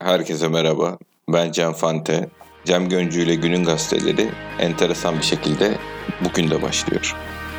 Herkese merhaba. Ben Cem Fante. Cem Göncü ile Günün Gazeteleri enteresan bir şekilde bugün de başlıyor.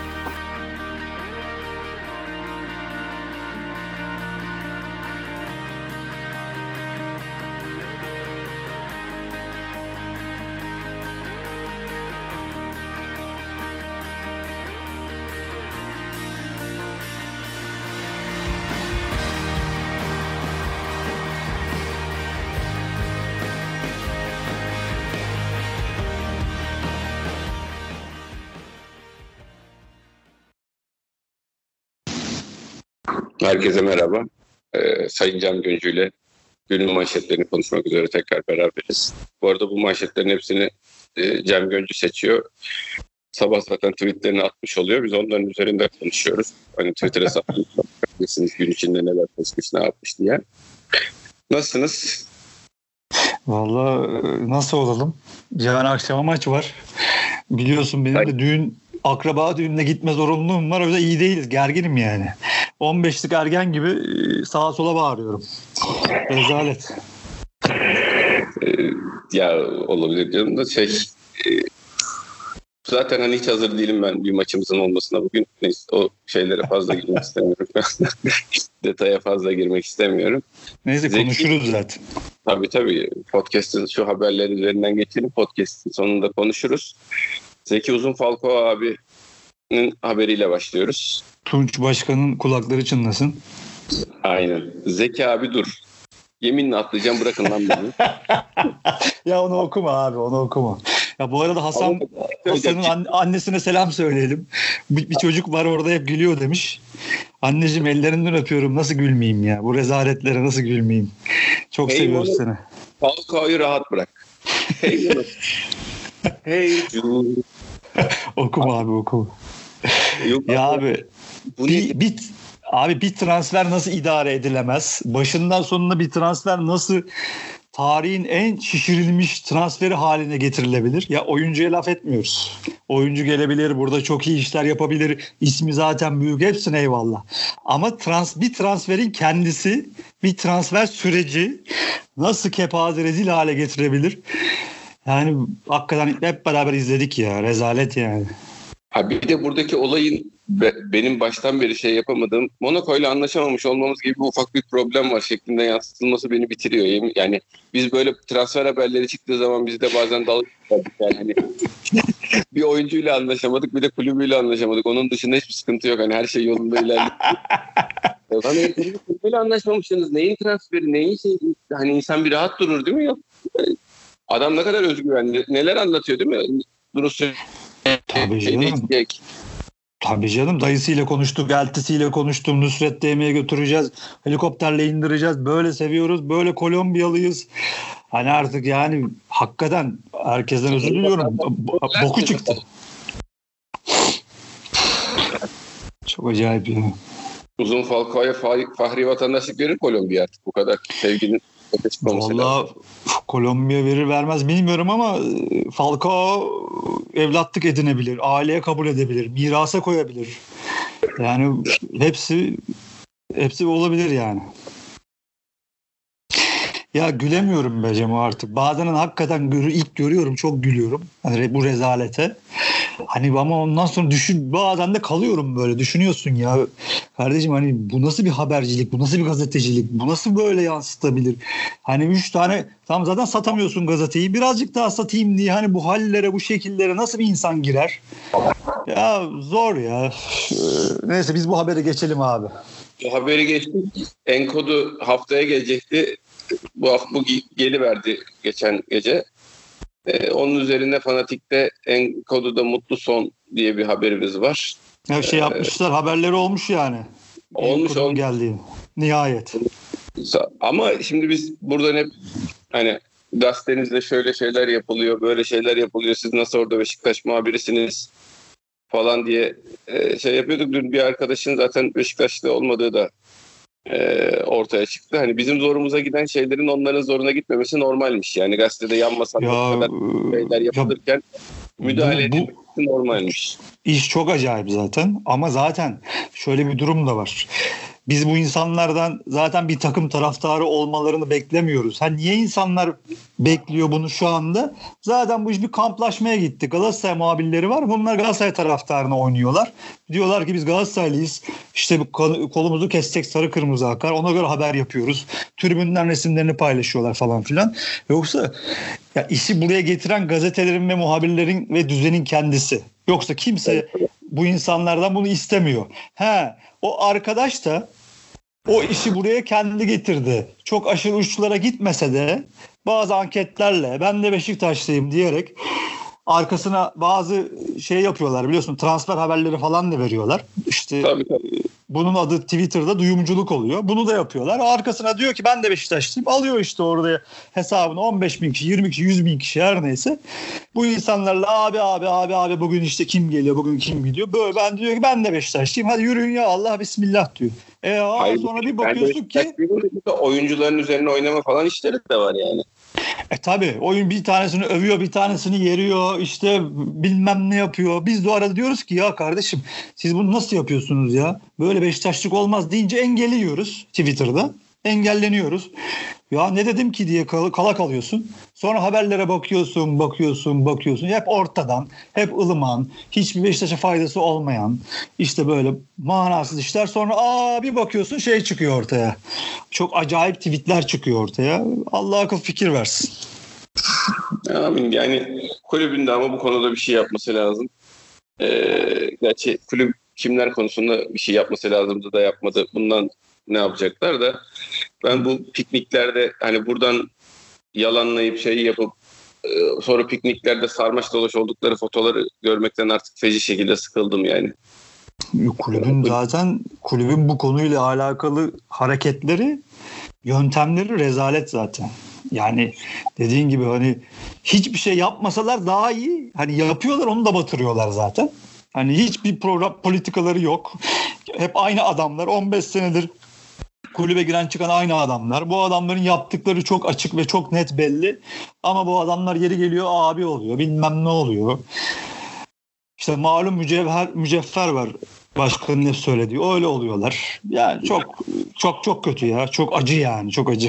Herkese merhaba. Sayın Cem Göncü ile günün manşetlerini konuşmak üzere tekrar beraberiz. Bu arada bu manşetlerin hepsini Cem Göncü seçiyor. Sabah zaten tweetlerini atmış oluyor. Biz onların üzerinde konuşuyoruz. Hani Twitter hesabınızda gün içinde neler konuşmuş, ne yapmış diye. Nasılsınız? Vallahi nasıl olalım? Yarın akşama maç var. Biliyorsun benim de akraba düğününe gitme zorunluluğum var. Öyle iyi değiliz. Gerginim yani. 15'lik ergen gibi sağa sola bağırıyorum. Rezalet. Ya olabilir diyorum da zaten hani hiç hazır değilim ben bir maçımızın olmasına bugün. Neyse, o şeylere fazla girmek istemiyorum. Detaya fazla girmek istemiyorum. Neyse konuşuruz zaten. Tabii. Podcast'ın şu haberler üzerinden geçelim. Podcast'ın sonunda konuşuruz. Zeki Uzunfalkova abinin haberiyle başlıyoruz. Tunç Başkan'ın kulakları çınlasın. Aynen. Zeki abi dur. Yeminle atlayacağım, bırakın lan beni. Ya onu okuma abi, onu okuma. Ya bu arada Hasan'ın annesine selam söyleyelim. Bir çocuk var orada hep gülüyor demiş. Anneciğim ellerinden öpüyorum, nasıl gülmeyeyim ya. Bu rezaletlere nasıl gülmeyeyim. Çok seviyoruz seni. Falcao'yu rahat bırak. Hey Jude. Okuma abi, okuma. Yok, ya abi bir transfer nasıl idare edilemez? Başından sonuna bir transfer nasıl tarihin en şişirilmiş transferi haline getirilebilir? Ya oyuncuya laf etmiyoruz. Oyuncu gelebilir, burada çok iyi işler yapabilir. İsmi zaten büyük, hepsine eyvallah. Ama bir transferin kendisi, bir transfer süreci nasıl kepaze, rezil hale getirebilir? Yani hakikaten hep beraber izledik ya. Rezalet yani. Bir de buradaki olayın benim baştan beri yapamadığım, Monaco ile anlaşamamış olmamız gibi bir ufak bir problem var şeklinde yansıtılması beni bitiriyor. Yani biz böyle transfer haberleri çıktığı zaman biz de bazen dalga geçtik. Yani hani bir oyuncuyla anlaşamadık, bir de kulübüyle anlaşamadık. Onun dışında hiçbir sıkıntı yok. Hani her şey yolunda ilerliyor. Hani kulübüyle anlaşmamışsınız. Neyin transferi, neyin hani insan bir rahat durur değil mi? Yok. Adam ne kadar özgüvenli. Neler anlatıyor değil mi? Tabii canım. Tabii canım. Dayısıyla konuştuk, eltisiyle konuştum. Nusret DM'ye götüreceğiz. Helikopterle indireceğiz. Böyle seviyoruz. Böyle Kolombiyalıyız. Hani artık yani hakikaten herkesten özür diliyorum. Boku çıktı. Çok acayip yani. Uzunfalcao'ya fahri vatandaşlık verir Kolombiya artık. Bu kadar sevginin Vallahi Kolombiya verir vermez bilmiyorum ama Falcao evlatlık edinebilir, aileye kabul edebilir, mirasa koyabilir. Yani hepsi olabilir yani. Ya gülemiyorum be Cemo artık. Bazen hakikaten ilk görüyorum, çok gülüyorum. Hani bu rezalete. Hani ama ondan sonra bazen de kalıyorum böyle. Düşünüyorsun ya. Kardeşim hani bu nasıl bir habercilik, bu nasıl bir gazetecilik, bu nasıl böyle yansıtabilir? Hani 3 tane tam zaten satamıyorsun gazeteyi. Birazcık daha satayım diye hani bu hallere, bu şekillere nasıl bir insan girer? Ya zor ya. Neyse biz bu haberi geçelim abi. Bu haberi geçtik. Enkodu haftaya gelecekti. Bu geliverdi geçen gece. Onun üzerine Fanatik'te Enkodu'da mutlu son diye bir haberimiz var. Ya yapmışlar, haberleri olmuş yani. Olmuş. Geldiği. Nihayet. Ama şimdi biz buradan hep hani gazetenizde şöyle şeyler yapılıyor, böyle şeyler yapılıyor. Siz nasıl orada Beşiktaş muhabirisiniz falan diye yapıyorduk. Dün bir arkadaşın zaten Beşiktaş'ta olmadığı da ortaya çıktı. Hani bizim zorumuza giden şeylerin onların zoruna gitmemesi normalmiş. Yani gazetede yanmasan kadar şeyler yapılırken müdahale edilmesi normalmiş. İş çok acayip zaten ama zaten şöyle bir durum da var. Biz bu insanlardan zaten bir takım taraftarı olmalarını beklemiyoruz. Niye insanlar bekliyor bunu şu anda? Zaten bu iş bir kamplaşmaya gitti. Galatasaray muhabirleri var. Bunlar Galatasaray taraftarına oynuyorlar. Diyorlar ki biz Galatasaraylıyız. İşte kolumuzu kessek sarı kırmızı akar. Ona göre haber yapıyoruz. Tribünden resimlerini paylaşıyorlar falan filan. Yoksa ya işi buraya getiren gazetelerin ve muhabirlerin ve düzenin kendisi. Yoksa kimse bu insanlardan bunu istemiyor. O arkadaş da o işi buraya kendi getirdi. Çok aşırı uçlara gitmese de bazı anketlerle ben de Beşiktaşlıyım diyerek arkasına bazı şey yapıyorlar, biliyorsun, transfer haberleri falan da veriyorlar. İşte tabii. Bunun adı Twitter'da duyumculuk oluyor. Bunu da yapıyorlar. Arkasına diyor ki ben de Beşiktaşlıyım. Alıyor işte orada hesabını 15 bin kişi, 20 kişi, 100 bin kişi her neyse. Bu insanlarla abi bugün işte kim geliyor, bugün kim gidiyor. Böyle ben diyor ki ben de Beşiktaşlıyım. Hadi yürüyün ya Allah bismillah diyor. Hayır, sonra bir bakıyorsun ki oyuncuların üzerine oynama falan işleri de var yani. Tabii oyun bir tanesini övüyor, bir tanesini yeriyor, işte bilmem ne yapıyor. Biz de arada diyoruz ki ya kardeşim siz bunu nasıl yapıyorsunuz ya? Böyle Beşiktaşlık olmaz deyince engelliyoruz Twitter'da. Engelleniyoruz. Ya ne dedim ki diye kala kalıyorsun. Sonra haberlere bakıyorsun. Hep ortadan, hep ılıman, hiçbir Beşiktaş'a faydası olmayan, işte böyle manasız işler. Sonra bir bakıyorsun şey çıkıyor ortaya. Çok acayip tweetler çıkıyor ortaya. Allah akıl fikir versin. Amin. Yani kulübün de ama bu konuda bir şey yapması lazım. Gerçi kulüp kimler konusunda bir şey yapması lazımdı da yapmadı. Bundan ne yapacaklar da ben bu pikniklerde hani buradan yalanlayıp şeyi yapıp sonra pikniklerde sarmaş dolaş oldukları fotoğrafları görmekten artık feci şekilde sıkıldım yani. Kulübün bu konuyla alakalı hareketleri, yöntemleri rezalet zaten. Yani dediğin gibi hani hiçbir şey yapmasalar daha iyi. Hani yapıyorlar, onu da batırıyorlar zaten. Hani hiçbir program politikaları yok. Hep aynı adamlar 15 senedir kulübe giren çıkan aynı adamlar. Bu adamların yaptıkları çok açık ve çok net belli. Ama bu adamlar yeri geliyor abi oluyor. Bilmem ne oluyor. İşte malum mücevher var. Başkanın ne söylediği. Öyle oluyorlar. Yani çok kötü ya. Çok acı yani. Çok acı.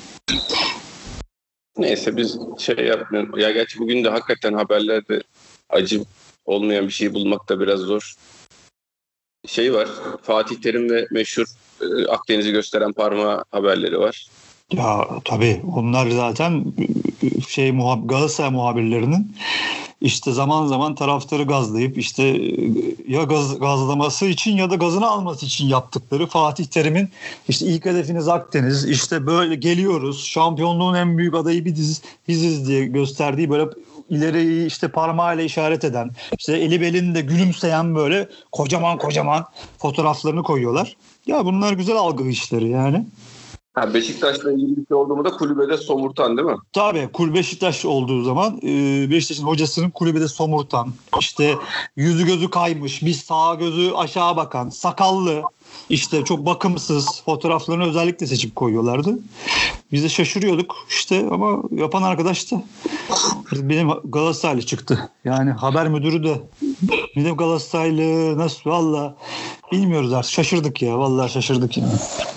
Neyse biz şey yapmıyoruz. Ya gerçi bugün de hakikaten haberlerde acı olmayan bir şey bulmak da biraz zor. Şey var. Fatih Terim ve meşhur Akdeniz'i gösteren parmağı haberleri var. Ya tabii onlar zaten Galatasaray muhabirlerinin işte zaman zaman taraftarı gazlayıp işte ya gazlaması için ya da gazını alması için yaptıkları, Fatih Terim'in işte ilk hedefiniz Akdeniz, işte böyle geliyoruz, şampiyonluğun en büyük adayı biziz diye gösterdiği, böyle ileri işte parmağıyla işaret eden, işte eli belinde gülümseyen böyle kocaman fotoğraflarını koyuyorlar. Ya bunlar güzel algı işleri yani. Beşiktaş'la ilgili bir şey oldu mu da kulübede somurtan değil mi? Tabii Beşiktaş olduğu zaman Beşiktaş'ın hocasının kulübede somurtan, işte yüzü gözü kaymış, bir sağ gözü aşağı bakan, sakallı, işte çok bakımsız fotoğraflarını özellikle seçip koyuyorlardı. Biz de şaşırıyorduk işte, ama yapan arkadaş da benim Galatasaraylı çıktı. Yani haber müdürü de benim Galatasaraylı, nasıl valla bilmiyoruz artık, şaşırdık ya, vallahi şaşırdık yani.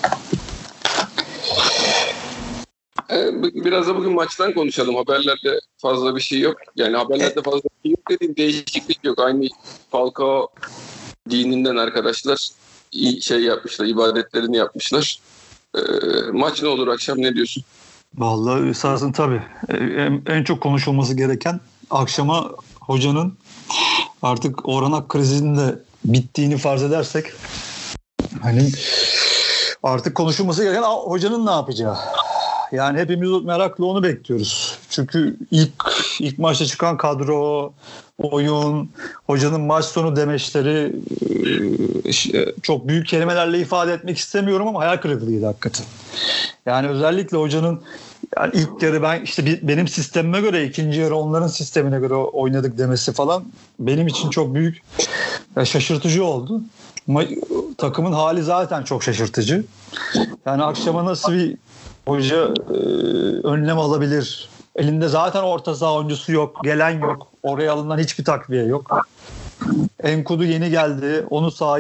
Biraz da bugün maçtan konuşalım. Haberlerde fazla bir şey yok. Yani haberlerde fazla bir şey yok dediğim, değişiklik yok. Aynı Falcao dininden arkadaşlar şey yapmışlar, ibadetlerini yapmışlar. Maç ne olur akşam, ne diyorsun? Vallahi esasında tabii en çok konuşulması gereken akşama hocanın artık Orhan krizinin de bittiğini farz edersek hani artık konuşulması gereken hocanın ne yapacağı. Yani hepimiz merakla onu bekliyoruz. Çünkü ilk maçta çıkan kadro, oyun, hocanın maç sonu demeçleri, çok büyük kelimelerle ifade etmek istemiyorum ama hayal kırıklığıydı hakikaten. Yani özellikle hocanın yani ilk yarı ben işte benim sistemime göre, ikinci yarı onların sistemine göre oynadık demesi falan benim için çok büyük şaşırtıcı oldu. Ama takımın hali zaten çok şaşırtıcı. Yani akşama nasıl bir hoca önlem alabilir? Elinde zaten orta saha oyuncusu yok, gelen yok. Oraya alınan hiçbir takviye yok. Enkudu yeni geldi. Onu sahaya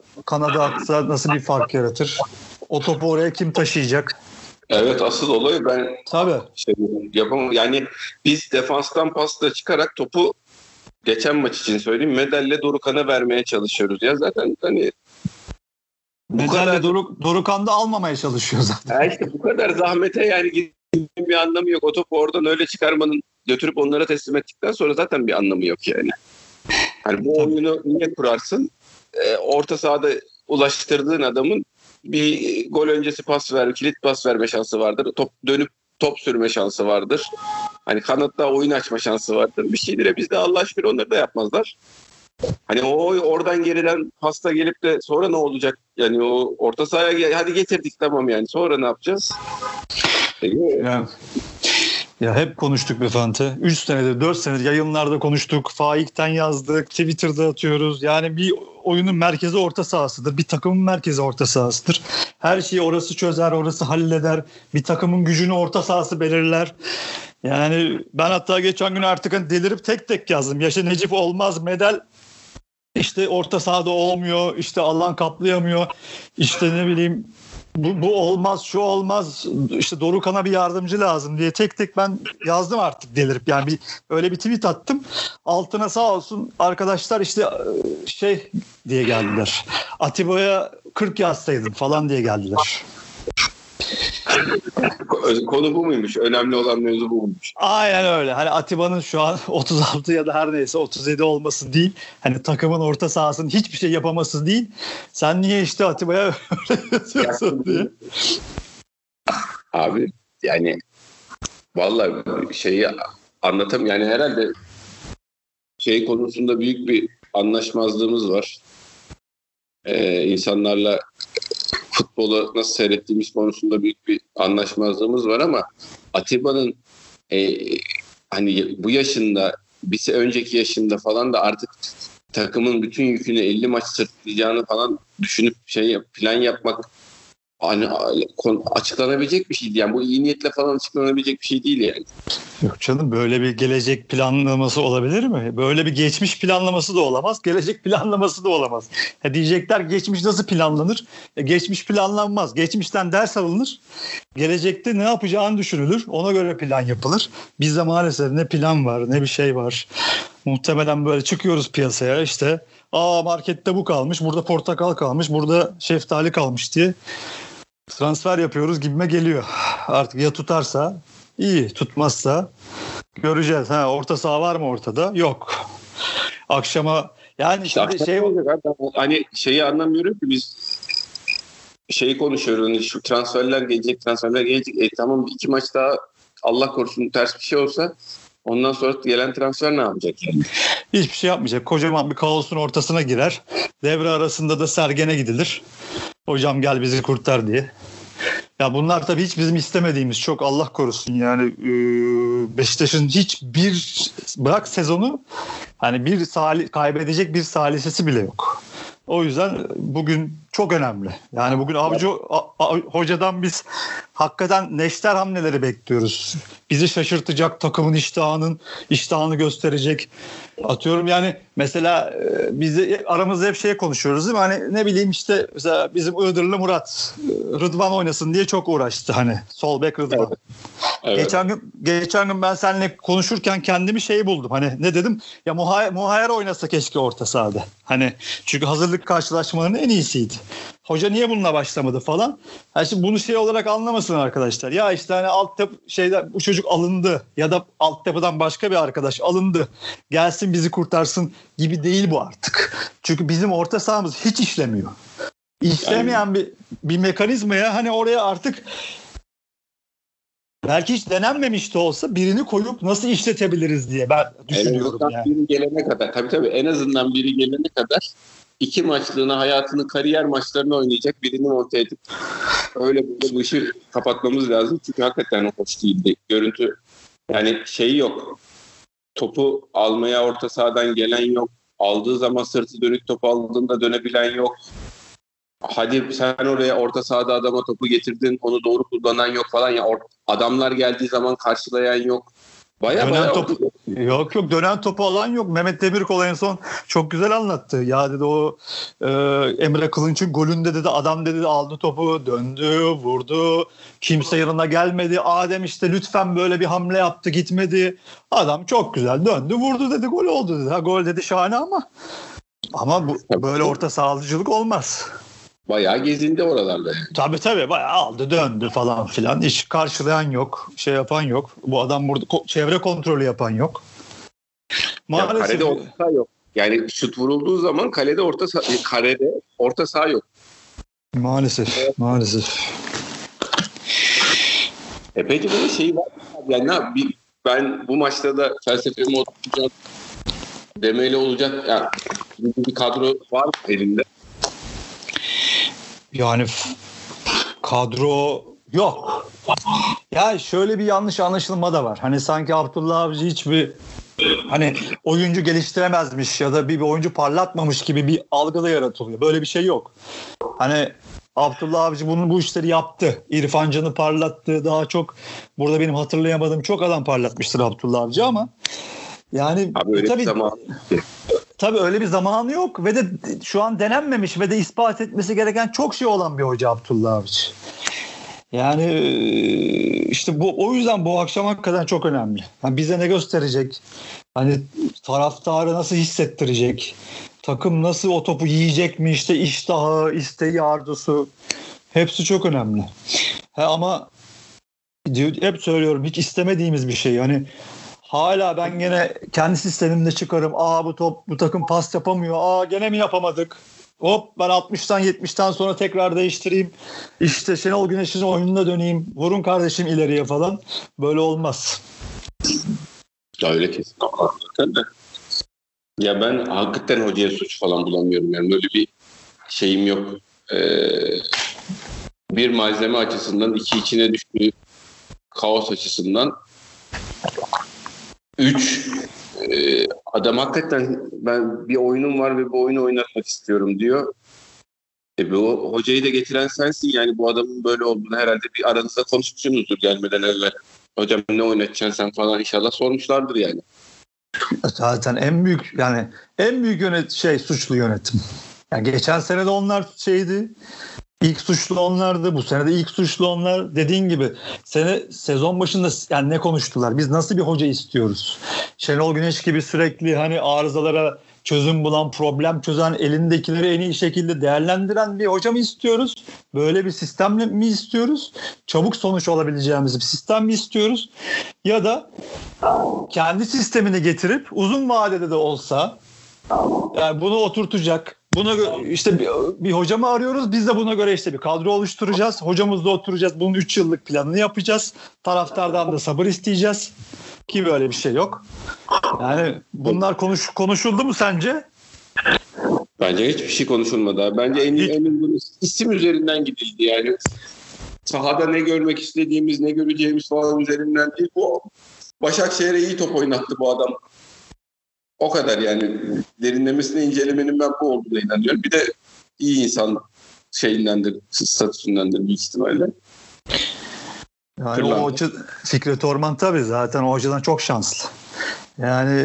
kanada atsa nasıl bir fark yaratır? O topu oraya kim taşıyacak? Evet, asıl olayı ben Tabii. yapamam. Yani biz defanstan pasla çıkarak topu, geçen maç için söyleyeyim, Medel'le Dorukhan'a vermeye çalışıyoruz. Ya zaten hani bu kadar Dorukhan da almamaya çalışıyor zaten. işte bu kadar zahmete yani gitmenin bir anlamı yok. O topu oradan öyle çıkarmanın, götürüp onlara teslim ettikten sonra zaten bir anlamı yok yani. Hani bu oyunu niye kurarsın? Orta sahada ulaştırdığın adamın bir gol öncesi pas ver, kilit pas verme şansı vardır. Dönüp top sürme şansı vardır. Hani kanatta oyun açma şansı vardır. Bir şeydir. Bizde Allah aşkına onları da yapmazlar. Hani oradan geriden pasta gelip de sonra ne olacak? Yani o orta sahaya hadi getirdik tamam yani. Sonra ne yapacağız? Ya hep konuştuk be Fante. 3 senedir 4 senedir yayınlarda konuştuk. Faik'ten yazdık. Twitter'da atıyoruz. Yani bir oyunun merkezi orta sahasıdır. Bir takımın merkezi orta sahasıdır. Her şeyi orası çözer, orası halleder. Bir takımın gücünü orta sahası belirler. Yani ben hatta geçen gün artık delirip tek tek yazdım. Yaşa Necip olmaz, Medel işte orta sahada olmuyor, işte alan kaplayamıyor, işte ne bileyim bu olmaz, şu olmaz, işte Dorukhan'a bir yardımcı lazım diye tek tek ben yazdım artık delirip. Yani öyle bir tweet attım. Altına sağ olsun arkadaşlar işte şey diye geldiler. Atiba'ya 40 yazsaydın falan diye geldiler. Konu bu muymuş? Önemli olan mevzu bu muymuş? Aynen öyle. Hani Atiba'nın şu an 36 ya da her neyse 37 olması değil. Hani takımın orta sahasının hiçbir şey yapaması değil. Sen niye işte Atiba'ya öyle yazıyorsun diye. Abi yani vallahi şeyi anlatam yani herhalde şey konusunda büyük bir anlaşmazlığımız var. İnsanlarla futbolu nasıl seyrettiğimiz konusunda büyük bir anlaşmazlığımız var ama Atiba'nın hani bu yaşında, bir önceki yaşında falan da artık takımın bütün yükünü 50 maç sırtlayacağını falan düşünüp plan yapmak hani açıklanabilecek bir şey değil. Yani bu iyi niyetle falan açıklanabilecek bir şey değil yani. Yok canım, böyle bir gelecek planlaması olabilir mi? Böyle bir geçmiş planlaması da olamaz. Gelecek planlaması da olamaz. Diyecekler geçmiş nasıl planlanır? Geçmiş planlanmaz. Geçmişten ders alınır. Gelecekte ne yapacağını düşünülür. Ona göre plan yapılır. Bizde maalesef ne plan var ne bir şey var. Muhtemelen böyle çıkıyoruz piyasaya işte. Markette bu kalmış, burada portakal kalmış, burada şeftali kalmış diye transfer yapıyoruz gibime geliyor. Artık ya tutarsa iyi, tutmazsa göreceğiz. Orta saha var mı ortada? Yok. Akşama yani şimdi şey olacak abi. Hani şeyi anlamıyorum ki biz konuşuyoruz. Hani şu transferler gelecek. Tamam, 2 maç daha Allah korusun ters bir şey olsa ondan sonra gelen transfer ne yapacak yani? Hiçbir şey yapmayacak. Kocaman bir kaosun ortasına girer. Devre arasında da Sergen'e gidilir. Hocam gel bizi kurtar diye. Ya bunlar tabii hiç bizim istemediğimiz, çok Allah korusun yani Beşiktaş'ın hiçbir bırak sezonu hani kaybedecek bir salisesi bile yok. O yüzden bugün çok önemli. Yani bugün Avcı hocadan biz hakikaten neşter hamleleri bekliyoruz. Bizi şaşırtacak, takımın iştahını gösterecek. Atıyorum yani mesela biz aramızda hep konuşuyoruz değil mi? Hani ne bileyim işte mesela bizim Iğdırlı Murat Rıdvan oynasın diye çok uğraştı hani. Sol bek Rıdvan. Evet. Evet. Geçen gün ben seninle konuşurken kendimi buldum. Hani ne dedim? Ya Muhayyer oynasa keşke orta sahada. Hani çünkü hazırlık karşılaşmalarının en iyisiydi. Hoca niye bununla başlamadı falan. Şimdi bunu olarak anlamasın arkadaşlar. Ya işte hani bu çocuk alındı ya da altyapıdan başka bir arkadaş alındı. Gelsin bizi kurtarsın gibi değil bu artık. Çünkü bizim orta sahamız hiç işlemiyor. İşlemeyen bir mekanizmaya hani oraya artık belki hiç denenmemiş de olsa birini koyup nasıl işletebiliriz diye ben düşünüyorum yani. Biri gelene kadar tabii en azından biri gelene kadar 2 maçlığına hayatını kariyer maçlarını oynayacak birini ortaya edip öyle bu işi kapatmamız lazım. Çünkü hakikaten hoş değildi. Görüntü yani yok. Topu almaya orta sahadan gelen yok. Aldığı zaman sırtı dönük top aldığında dönebilen yok. Hadi sen oraya orta sahada adama topu getirdin, onu doğru kullanan yok falan ya. Adamlar geldiği zaman karşılayan yok. Bayağı Yok dönen topu alan yok. Mehmet Demirkol en son çok güzel anlattı. Ya dedi o Emre Kılınç'ın golünde dedi adam dedi aldı topu döndü vurdu. Kimse yanına gelmedi. Adem işte lütfen böyle bir hamle yaptı gitmedi. Adam çok güzel döndü vurdu dedi gol oldu dedi. Ha, gol dedi şahane ama bu böyle orta sahalıcılık olmaz. Bayağı gezindi oralarda. Tabii bayağı aldı döndü falan filan. Hiç karşılayan yok. Şey yapan yok. Bu adam burada çevre kontrolü yapan yok. Maalesef. Ya kalede orta saha yok. Yani şut vurulduğu zaman kalede orta saha yok. Maalesef. Peki böyle şey var. Yani ben bu maçta da felsefemi oturtacağım demeyle olacak. Yani bir kadro var mı elinde? Yani kadro yok. Ya şöyle bir yanlış anlaşılma da var. Hani sanki Abdullah Avcı hiçbir hani oyuncu geliştiremezmiş ya da bir oyuncu parlatmamış gibi bir algı da yaratılıyor. Böyle bir şey yok. Hani Abdullah Avcı bu işleri yaptı. İrfan Can'ı parlattı. Daha çok burada benim hatırlayamadığım çok adam parlatmıştır Abdullah Avcı ama yani tabii öyle bir zamanı yok ve de şu an denenmemiş ve de ispat etmesi gereken çok şey olan bir hoca Abdullah Avcı. Yani işte o yüzden bu akşam hakikaten çok önemli. Yani bize ne gösterecek? Hani taraftarı nasıl hissettirecek? Takım nasıl o topu yiyecek mi? İşte iştahı, isteği, arzusu hepsi çok önemli. Ama hep söylüyorum hiç istemediğimiz bir şey. Yani hala ben gene kendi sistemimde çıkarım. Bu takım pas yapamıyor. Gene mi yapamadık? Hop ben 60'tan 70'ten sonra tekrar değiştireyim. İşte Şenol Güneş'in oyununa döneyim. Vurun kardeşim ileriye falan. Böyle olmaz. Öyle kesin. Ya ben hakikaten hocaya suç falan bulamıyorum. Yani böyle bir şeyim yok. Bir malzeme açısından, iki içine düştüğü kaos açısından. 3 adam hakikaten ben bir oyunum var ve bu oyunu oynatmak istiyorum diyor. Bu hocayı da getiren sensin yani bu adamın böyle olduğunu herhalde bir aranızda konuşmuşsunuzdur gelmeden evvel. Hocam ne oynatacaksın sen falan inşallah sormuşlardır yani. Zaten en büyük suçlu yönetim. Yani geçen sene de onlar İlk suçlu onlardı. Bu sene de ilk suçlu onlar. Dediğin gibi sezon başında yani ne konuştular? Biz nasıl bir hoca istiyoruz? Şenol Güneş gibi sürekli hani arızalara çözüm bulan, problem çözen, elindekileri en iyi şekilde değerlendiren bir hoca mı istiyoruz? Böyle bir sistemle mi istiyoruz? Çabuk sonuç alabileceğimiz bir sistem mi istiyoruz? Ya da kendi sistemini getirip uzun vadede de olsa yani bunu oturtacak. İşte bir hocamı arıyoruz. Biz de buna göre işte bir kadro oluşturacağız. Hocamızla oturacağız. Bunun 3 yıllık planını yapacağız. Taraftardan da sabır isteyeceğiz. Ki böyle bir şey yok. Yani bunlar konuşuldu mu sence? Bence hiçbir şey konuşulmadı. Bence en uygun isim üzerinden gidildi yani. Sahada ne görmek istediğimiz, ne göreceğimiz falan üzerinden değil. Bu Başakşehir'e iyi top oynattı bu adam. O kadar yani derinlemesine incelemenin ben bu olduğuna inanıyorum. Bir de iyi insan statüsündendir büyük ihtimalle. Yani o Fikret Orman tabii zaten o hocadan çok şanslı. Yani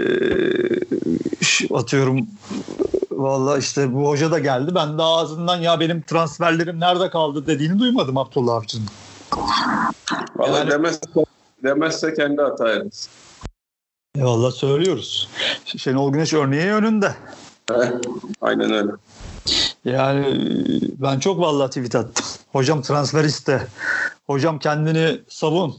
atıyorum vallahi işte bu hoca da geldi. Ben de ağzından ya benim transferlerim nerede kaldı dediğini duymadım Abdullah Avcı'nın. Vallahi demezse kendi hata eder. Vallahi söylüyoruz. Şenol Güneş örneği önünde. Aynen öyle. Yani ben çok vallahi tweet attım. Hocam transfer iste. Hocam kendini savun.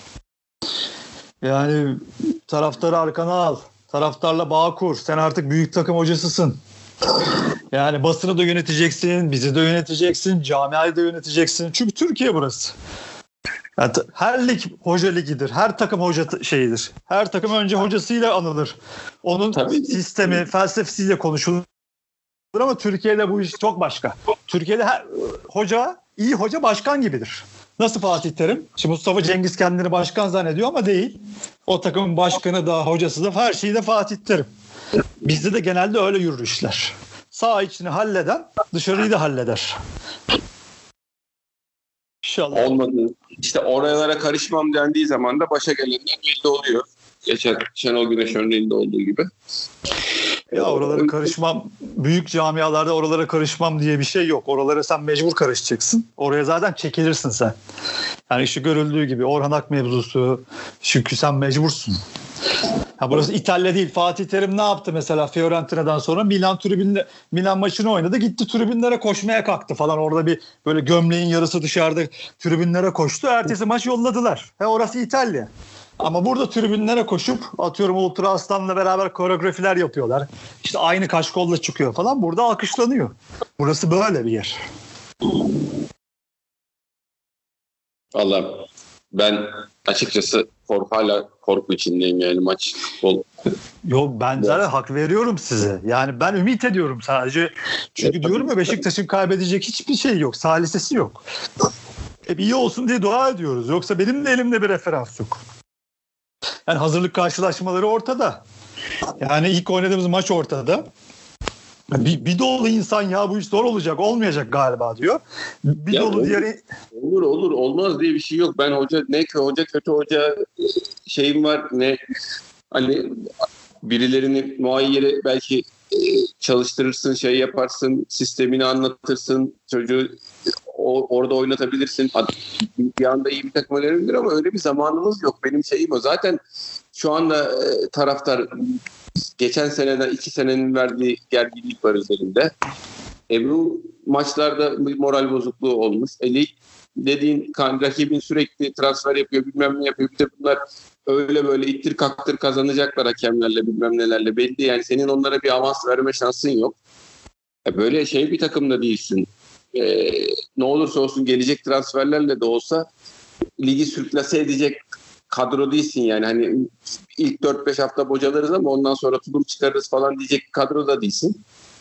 Yani taraftarı arkana al. Taraftarla bağ kur. Sen artık büyük takım hocasısın. Yani basını da yöneteceksin, bizi de yöneteceksin, camiayı da yöneteceksin. Çünkü Türkiye burası. Yani her lig hoca ligidir. Her takım hoca şeyidir. Her takım önce hocasıyla anılır. Onun sistemi, felsefesiyle konuşulur. Ama Türkiye'de bu iş çok başka. Türkiye'de iyi hoca başkan gibidir. Nasıl Fatih Terim? Şimdi Mustafa Cengiz kendini başkan zannediyor ama değil. O takımın başkanı da hocası da her şeyi de Fatih Terim. Bizde de genelde öyle yürür işler. Sağ içini halleden dışarıyı da halleder. İnşallah. Olmadı. İşte oralara karışmam dendiği zaman da başa gelenler belli oluyor. Geçen Şenol Güneş örneğinde olduğu gibi. Ya oralara karışmam, büyük camialarda oralara karışmam diye bir şey yok. Oralara sen mecbur karışacaksın. Oraya zaten çekilirsin sen. Yani işte görüldüğü gibi Orhan Ak mevzusu, çünkü sen mecbursun. Ha, burası İtalya değil. Fatih Terim ne yaptı mesela Fiorentina'dan sonra? Milan maçını oynadı. Gitti tribünlere koşmaya kalktı falan. Orada bir böyle gömleğin yarısı dışarıda tribünlere koştu. Ertesi maç yolladılar. Orası İtalya. Ama burada tribünlere koşup atıyorum Ultra Aslan'la beraber koreografiler yapıyorlar. İşte aynı kaşkolla çıkıyor falan. Burada alkışlanıyor. Burası böyle bir yer. Vallahi ben açıkçası hala korku içindeyim yani maç futbol. Yok, ben zaten hak veriyorum size. Yani ben ümit ediyorum sadece. Çünkü diyorum ya, Beşiktaş'ın kaybedecek hiçbir şey yok. Salisesi yok. İyi olsun diye dua ediyoruz. Yoksa benim de elimde bir referans yok. Yani hazırlık karşılaşmaları ortada. Yani ilk oynadığımız maç ortada. Bir dolu insan ya bu iş zor olacak, olmayacak galiba diyor. Bir ya dolu diğeri... Olur olmaz diye bir şey yok. Ben hoca kötü hoca şeyim var, ne hani birilerini muayyere belki çalıştırırsın, şey yaparsın, sistemini anlatırsın, çocuğu orada oynatabilirsin. Bir anda iyi bir takım önerebilir ama öyle bir zamanımız yok. Benim şeyim o. Zaten şu anda taraftar geçen seneden 2 senenin verdiği gerginlik var üzerinde. Bu maçlarda bir moral bozukluğu olmuş. Dediğin rakibin sürekli transfer yapıyor, bilmem ne yapıyor. Bir de bunlar öyle böyle ittir kaktır kazanacaklar hakemlerle, bilmem nelerle belli. Yani senin onlara bir avans verme şansın yok. Böyle bir takımda değilsin. Ne olursa olsun gelecek transferlerle de olsa ligi sürklase edecek kadro değilsin yani. Hani ilk 4-5 hafta bocalarız ama ondan sonra tulum çıkarırız falan diyecek kadro da değilsin.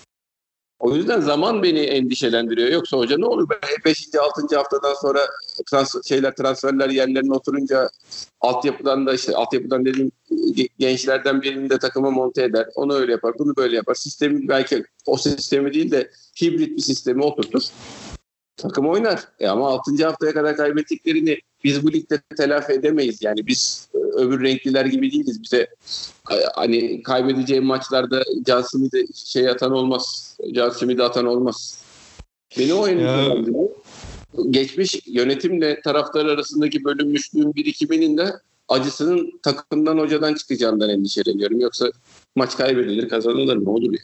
O yüzden zaman beni endişelendiriyor. Yoksa hoca ne olur? 5. 6. haftadan sonra transferler yerlerine oturunca altyapıdan dediğim gençlerden birini de takıma monte eder. Onu öyle yapar, bunu böyle yapar. Sistemi belki o sistemi değil de hibrit bir sistemi oturtur. Takım oynar. Ama 6. haftaya kadar kaybettiklerini biz bu ligde telafi edemeyiz. Yani biz öbür renkliler gibi değiliz. Bize hani kaybedeceğim maçlarda Can Smith'e atan olmaz. Can Smith'e atan olmaz. Beni o endişelendiriyor. Geçmiş yönetimle taraftar arasındaki bölünmüşlüğün birikiminin de acısının takımdan, hocadan çıkacağından endişeleniyorum. Yoksa maç kaybedilir, kazanılır mı? Olur ya.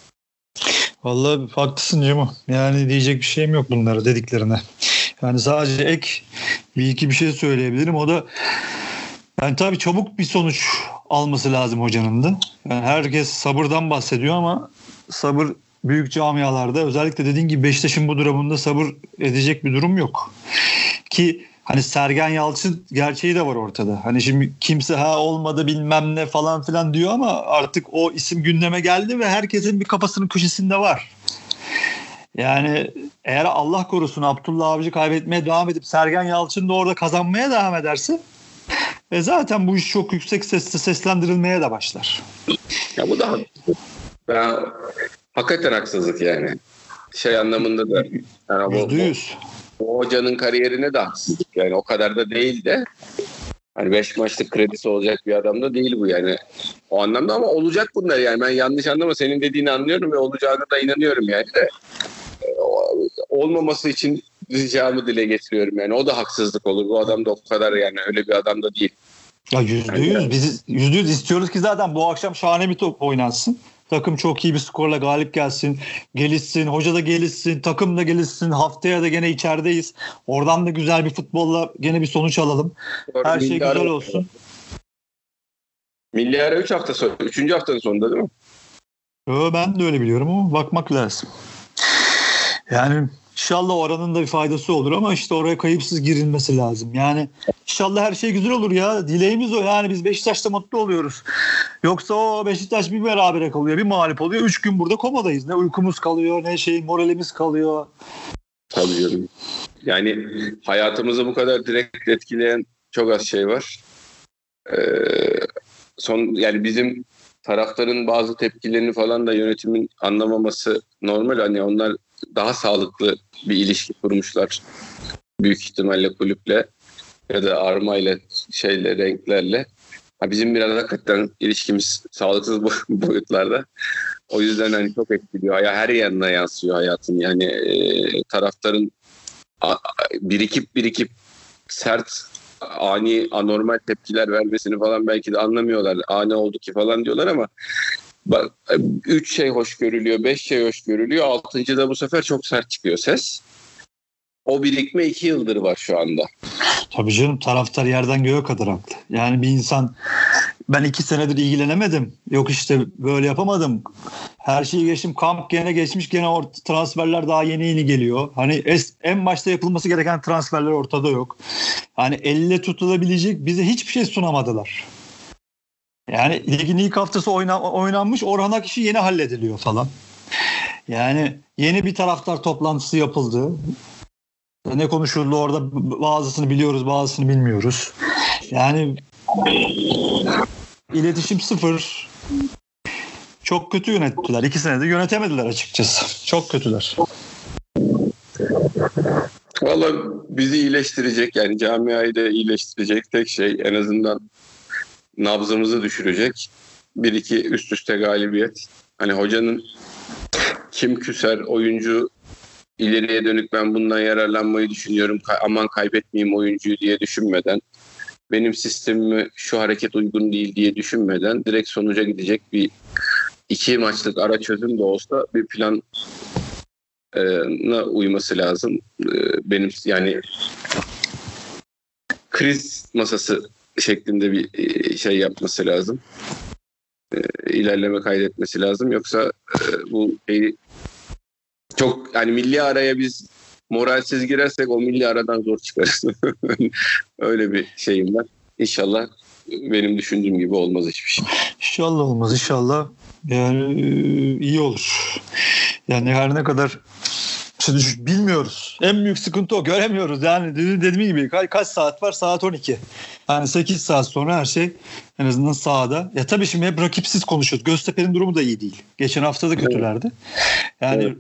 Vallahi haklısın Cemo. Yani diyecek bir şeyim yok bunlara dediklerine. Yani sadece ek bir şey söyleyebilirim. O da yani tabii çabuk bir sonuç alması lazım hocanın da. Yani herkes sabırdan bahsediyor ama sabır büyük camialarda, özellikle dediğin gibi Beşiktaş'ın bu durumunda sabır edecek bir durum yok. Ki hani Sergen Yalçın gerçeği de var ortada. Hani şimdi kimse olmadı bilmem ne falan filan diyor ama artık o isim gündeme geldi ve herkesin bir kafasının köşesinde var. Yani eğer Allah korusun Abdullah Avcı kaybetmeye devam edip Sergen Yalçın da orada kazanmaya devam ederse zaten bu iş çok yüksek sesle seslendirilmeye de başlar. Ya bu da hakikaten haksızlık yani. Anlamında da. Yani %100. O hocanın kariyerine de haksızlık. Yani o kadar da değil de hani 5 maçlık kredisi olacak bir adam da değil bu yani. O anlamda ama olacak bunlar yani. Ben yanlış anlama, senin dediğini anlıyorum ve olacağına da inanıyorum yani de. Olmaması için ricamı dile getiriyorum yani. O da haksızlık olur. Bu adam da o kadar yani öyle bir adam da değil. Ya %100 biz %100 istiyoruz ki zaten bu akşam şahane bir top oynansın. Takım çok iyi bir skorla galip gelsin. Gelişsin, hoca da gelişsin, takım da gelişsin. Haftaya da gene içerideyiz. Oradan da güzel bir futbolla gene bir sonuç alalım. Her şey güzel olsun. Milli ara 3 hafta sonra, 3. haftanın sonunda değil mi? Ben de öyle biliyorum ama bakmak lazım. Yani inşallah oranın da bir faydası olur ama işte oraya kayıpsız girilmesi lazım. Yani inşallah her şey güzel olur ya. Dileğimiz o. Yani biz Beşiktaş'ta mutlu oluyoruz. Yoksa o Beşiktaş bir berabere kalıyor, bir mağlup oluyor. 3 gün burada komadayız. Ne uykumuz kalıyor, ne moralimiz kalıyor. Tabii canım. Yani hayatımızı bu kadar direkt etkileyen çok az şey var. Yani bizim taraftarın bazı tepkilerini falan da yönetimin anlamaması normal. Hani onlar daha sağlıklı bir ilişki kurmuşlar büyük ihtimalle kulüple ya da armayla, renklerle. Bizim biraz hakikaten ilişkimiz sağlıksız boyutlarda. O yüzden hani çok etkiliyor. Her yanına yansıyor hayatın. Yani taraftarın birikip sert, ani, anormal tepkiler vermesini falan belki de anlamıyorlar. Ne oldu ki falan diyorlar ama 3 şey hoş görülüyor, 5 şey hoş görülüyor. 6.'da bu sefer çok sert çıkıyor ses. O birikme 2 yıldır var şu anda. Tabii canım, taraftar yerden göğe kadar haklı. Yani bir insan, ben 2 senedir ilgilenemedim. Yok işte böyle yapamadım. Her şeyi geçtim. Kamp gene geçmiş. Gene transferler daha yeni geliyor. Hani en başta yapılması gereken transferler ortada yok. Hani elle tutulabilecek bize hiçbir şey sunamadılar. Yani ligin ilk haftası oynanmış. Orhan Akişi yeni hallediliyor falan. Yani yeni bir taraftar toplantısı yapıldı. Ne konuşuldu orada, bazısını biliyoruz, bazısını bilmiyoruz. Yani iletişim sıfır. Çok kötü yönettiler. 2 senedir yönetemediler açıkçası. Çok kötüler. Vallahi bizi iyileştirecek, yani camiayı da iyileştirecek tek şey, en azından nabzımızı düşürecek 1-2 üst üste galibiyet. Hani hocanın kim küser, oyuncu ileriye dönük ben bundan yararlanmayı düşünüyorum, aman kaybetmeyeyim oyuncuyu diye düşünmeden, benim sistemime şu hareket uygun değil diye düşünmeden direkt sonuca gidecek bir 2 maçlık ara çözüm de olsa bir plana uyması lazım. Benim yani kriz masası şeklinde bir şey yapması lazım. İlerleme kaydetmesi lazım. Yoksa bu çok, yani milli araya biz moralsiz girersek o milli aradan zor çıkarız. Öyle bir şeyim var. İnşallah benim düşündüğüm gibi olmaz hiçbir şey. İnşallah olmaz, inşallah. Yani iyi olur. Yani her ne kadar bilmiyoruz. En büyük sıkıntı o. Göremiyoruz. Yani dediğim gibi kaç saat var? Saat 12. Yani 8 saat sonra her şey en azından sahada. Ya tabii şimdi hep rakipsiz konuşuyoruz. Göztepe'nin durumu da iyi değil. Geçen hafta da kötülerdi. Yani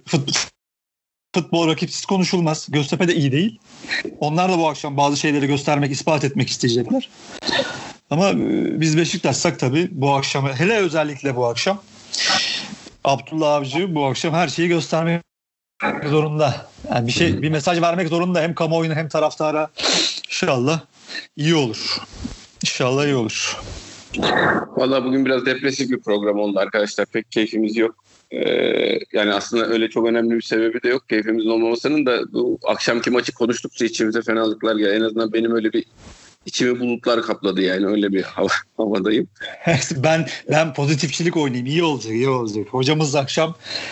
futbol rakipsiz konuşulmaz. Göztepe de iyi değil. Onlar da bu akşam bazı şeyleri göstermek, ispat etmek isteyecekler. Ama biz Beşiktaş'sak tabii bu akşam, hele özellikle bu akşam, Abdullah Avcı bu akşam her şeyi göstermek zorunda. Yani bir mesaj vermek zorunda, hem kamuoyuna hem taraftara. İnşallah iyi olur. İnşallah iyi olur. Vallahi bugün biraz depresif bir program oldu arkadaşlar. Pek keyfimiz yok. Yani aslında öyle çok önemli bir sebebi de yok keyfimizin olmamasının da, bu akşamki maçı konuştukça içimize fenalıklar geldi. En azından benim öyle bir içimi bulutlar kapladı, yani öyle bir havadayım. Ben pozitifçilik oynayayım. İyi olacak. Hocamız akşam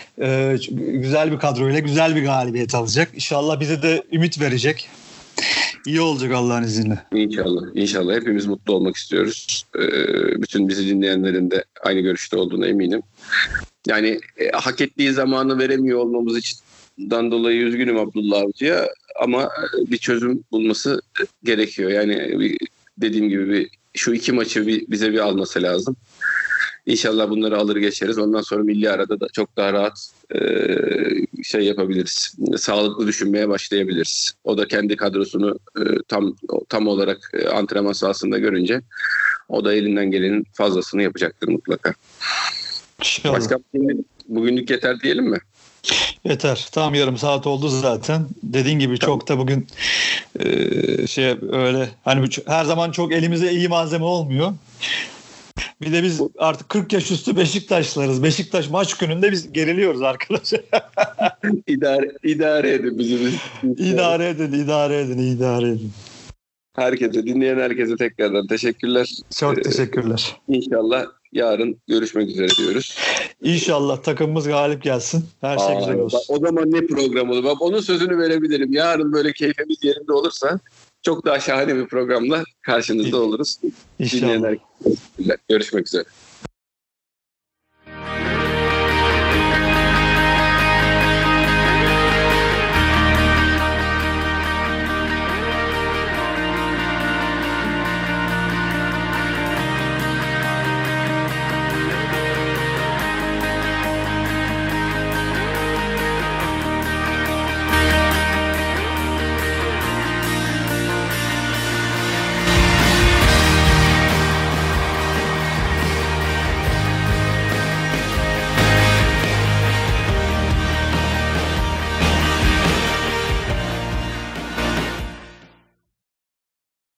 güzel bir kadroyla güzel bir galibiyet alacak. İnşallah bize de ümit verecek. İyi olacak Allah'ın izniyle. İnşallah. Hepimiz mutlu olmak istiyoruz. Bütün bizi dinleyenlerin de aynı görüşte olduğuna eminim. Yani hak ettiği zamanı veremiyor olmamız için dolayı üzgünüm Abdullah Avcı'ya, ama bir çözüm bulması gerekiyor. Yani dediğim gibi şu 2 maçı bize bir alması lazım. İnşallah bunları alır geçeriz. Ondan sonra milli arada da çok daha rahat şey yapabiliriz. Sağlıklı düşünmeye başlayabiliriz. O da kendi kadrosunu tam olarak antrenman sahasında görünce o da elinden gelenin fazlasını yapacaktır mutlaka. İnşallah. Başka bugünlük yeter diyelim mi? Yeter. Tam yarım saat oldu zaten. Dediğin gibi tamam. Çok da bugün öyle hani her zaman çok elimize iyi malzeme olmuyor. Bir de biz artık 40 yaş üstü Beşiktaşlarız. Beşiktaş maç gününde biz geriliyoruz arkadaşlar. İdare edin bizi. İdare edin. Dinleyen herkese tekrardan teşekkürler. Çok teşekkürler. İnşallah yarın görüşmek üzere diyoruz. İnşallah takımımız galip gelsin. Her şey güzel olsun. O zaman ne program olur? Bak, onun sözünü verebilirim. Yarın böyle keyfimiz yerinde olursa çok daha şahane bir programla karşınızda oluruz. İnşallah. Görüşmek üzere.